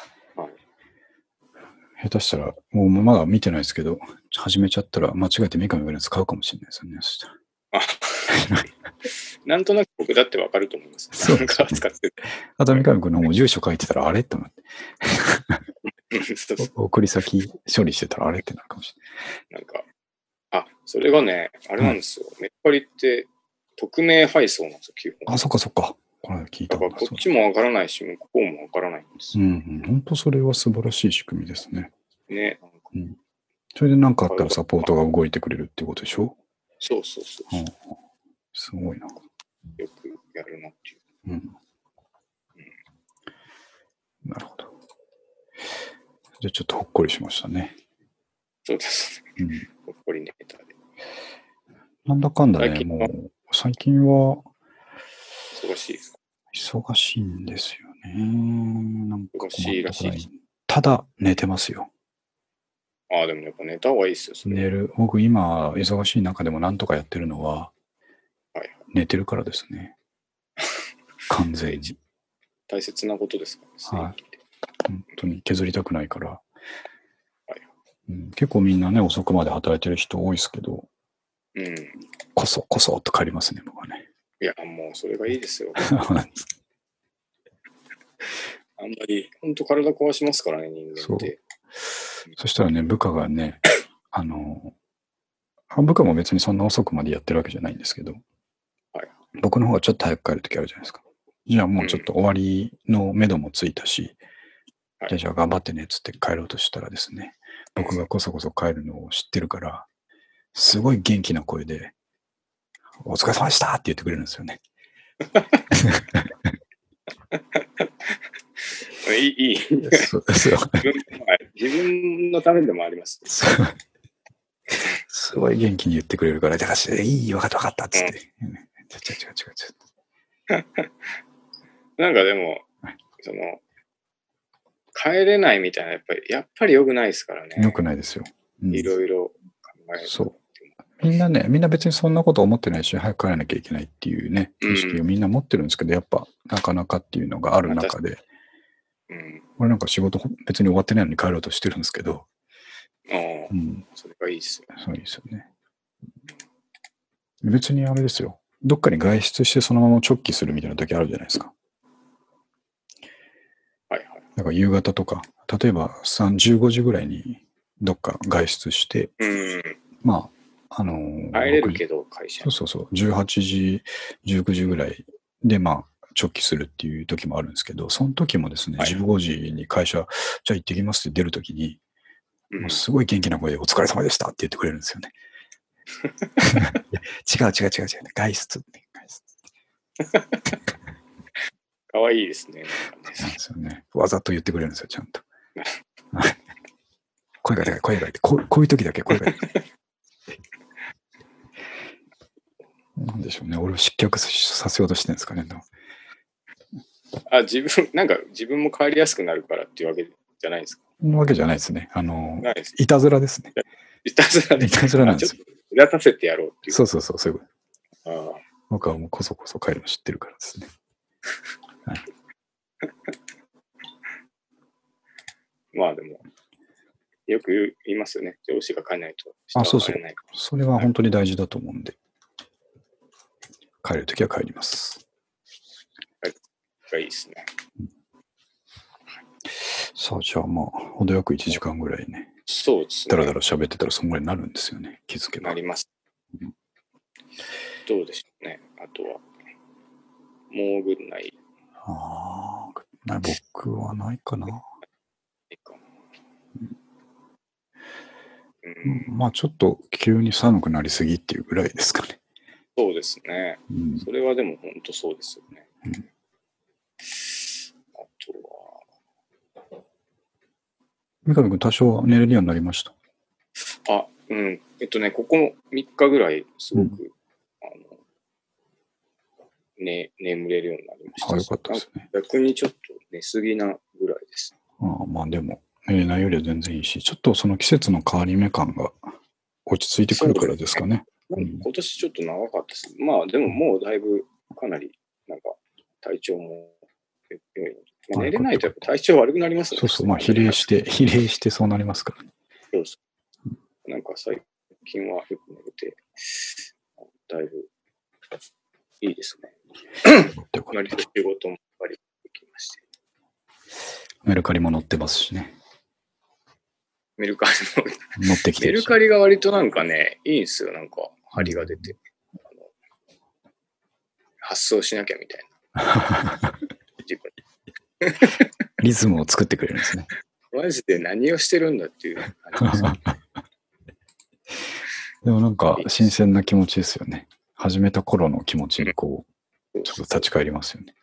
下手したら、もうまだ見てないですけど、始めちゃったら間違えて三上ぐらい使うかもしれないですよね。そしたら。 なんとなく僕だってわかると思います。そうなんか使ってる。 あと三上君のもう住所書いてたらあれって思って。送り先処理してたらあれってなるかもしれない。 なんか、それがね、あれなんですよ。メルカリって匿名配送なんですよ、基本。 そっかそっか。これ聞いた。 だからこっちもわからないし、向こうもわからないんですよ。 本当それは素晴らしい仕組みですね。 ね。 それで何かあったらサポートが動いてくれるってことでしょ？ そう。 すごいな。 よくやるなっていう。 なるほど。じゃあちょっとほっこりしましたね。 そうですね。ほっこりネタで。 なんだかんだね、もう最近は忙しいですか？ 忙しいんですよね。なんか忙しいらしい。 ただ寝てますよ。 でもやっぱ寝た方がいいですよ。 寝る。僕今忙しい中でもなんとかやってるのは、寝てるからですね。 完全に。 大切なことですからね。 はい。本当に削りたくないから。はい結構みんなね、遅くまで働いてる人多いですけど、こそっと帰りますね、僕はね。 いや、もうそれがいいですよ。あんまり、本当体壊しますからね、人間って。 そしたらね、部下がね、部下も別にそんな遅くまでやってるわけじゃないんですけど、はい、僕の方がちょっと早く帰るときあるじゃないですか。じゃあもうちょっと終わりの目処もついたし、じゃあ頑張ってねっつって帰ろうとしたらですね、僕がこそこそ帰るのを知ってるから、すごい元気な声で、お疲れ様でしたって言ってくれるんですよね。 いい。自分のためでもあります。 すごい元気に言ってくれるから、だからいい、わかったっつって。違う。なんかでも、帰れないみたいな、やっぱり良くないですからね。 良くないですよ。 いろいろ考える。 そう。みんな別にそんなこと思ってないし、早く帰らなきゃいけないっていうね、意識をみんな持ってるんですけど、やっぱなかなかっていうのがある中で、俺なんか仕事別に終わってないのに帰ろうとしてるんですけど、 それがいいですよ。 そういいですよね。別にあれですよ。どっかに外出してそのまま直帰するみたいな時あるじゃないですか。 はいはい。 だから夕方とか、例えば15時ぐらいにどっか外出して、まあ、 帰れるけど会社。 そう。18時、19時ぐらいで、直帰するっていう時もあるんですけど、その時もですね、15時に会社、じゃあ行ってきますって出る時に、もうすごい元気な声でお疲れ様でしたって言ってくれるんですよね。違う、外出って。 かわいいですね。 そうですよね。わざと言ってくれるんですよ、ちゃんと。声がでかいって、こういう時だけ声がでかい。なんでしょうね。俺を失脚させようとしてるんですかね。 自分も帰りやすくなるからっていうわけじゃないですか。 わけじゃないですね。いたずらですね。 いたずらなんですよ。 目立たせてやろうっていう。 そういうこと。僕はもうこそこそ帰るの知ってるからですね。はい、 まあでも、よく言いますよね。上司が帰らないと。 そう。それは本当に大事だと思うんで。帰るときは帰ります。 はい。いいですね。 さあ、じゃあ程よく1時間ぐらいね。 そうですね。 だらだら喋ってたらそんぐらいになるんですよね。気づけば。 なります。どうでしょうね。あとは、もうぐらい。 僕はないかな。ちょっと急に寒くなりすぎっていうぐらいですかね。 そうですね。それはでも本当そうですよね。あとは。 三上君、多少寝れるようになりました？ ここ3日ぐらいすごく、眠れるようになりました。 よかったですね。 逆にちょっと寝すぎなぐらいです。 でも、寝れないよりは全然いいし、ちょっとその季節の変わり目感が落ち着いてくるからですかね。 今年ちょっと長かったです。でももうだいぶかなり、体調も寝れないとやっぱ体調悪くなりますね。 そう、比例してそうなりますからね。 そう。最近はよく寝れて、だいぶいいですね。割と仕事も割りできまして。 メルカリも載ってますしね。 メルカリも載ってきてる。 メルカリが割といいんですよ。張りが出て。発送しなきゃみたいな。 リズムを作ってくれるんですね。 マジで何をしてるんだっていう感じです。 でも新鮮な気持ちですよね。始めた頃の気持ちにちょっと立ち返りますよね。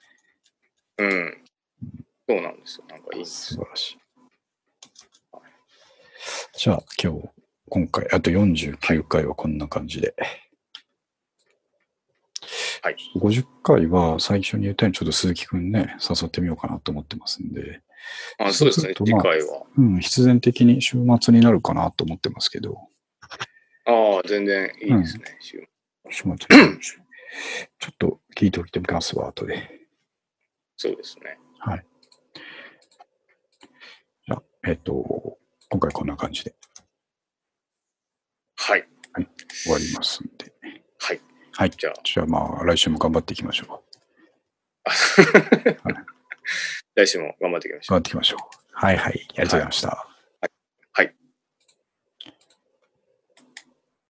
そうなんですよ。いいです。 素晴らしい。じゃあ今回、あと49回はこんな感じで。 はい。 50回は最初に言ったようにちょっと鈴木くんね、誘ってみようかなと思ってますんで。 そうですね、次回は。 必然的に週末になるかなと思ってますけど。 全然いいですね、 週末。ちょっと聞いておきてますわ、後で。 そうですね。 はい。じゃあ、今回こんな感じで。 はい。 はい。終わりますんで。 はい。 はい。じゃあまあ、来週も頑張っていきましょう。 はい、来週も頑張っていきましょう。 頑張っていきましょう。はいはい。ありがとうございました。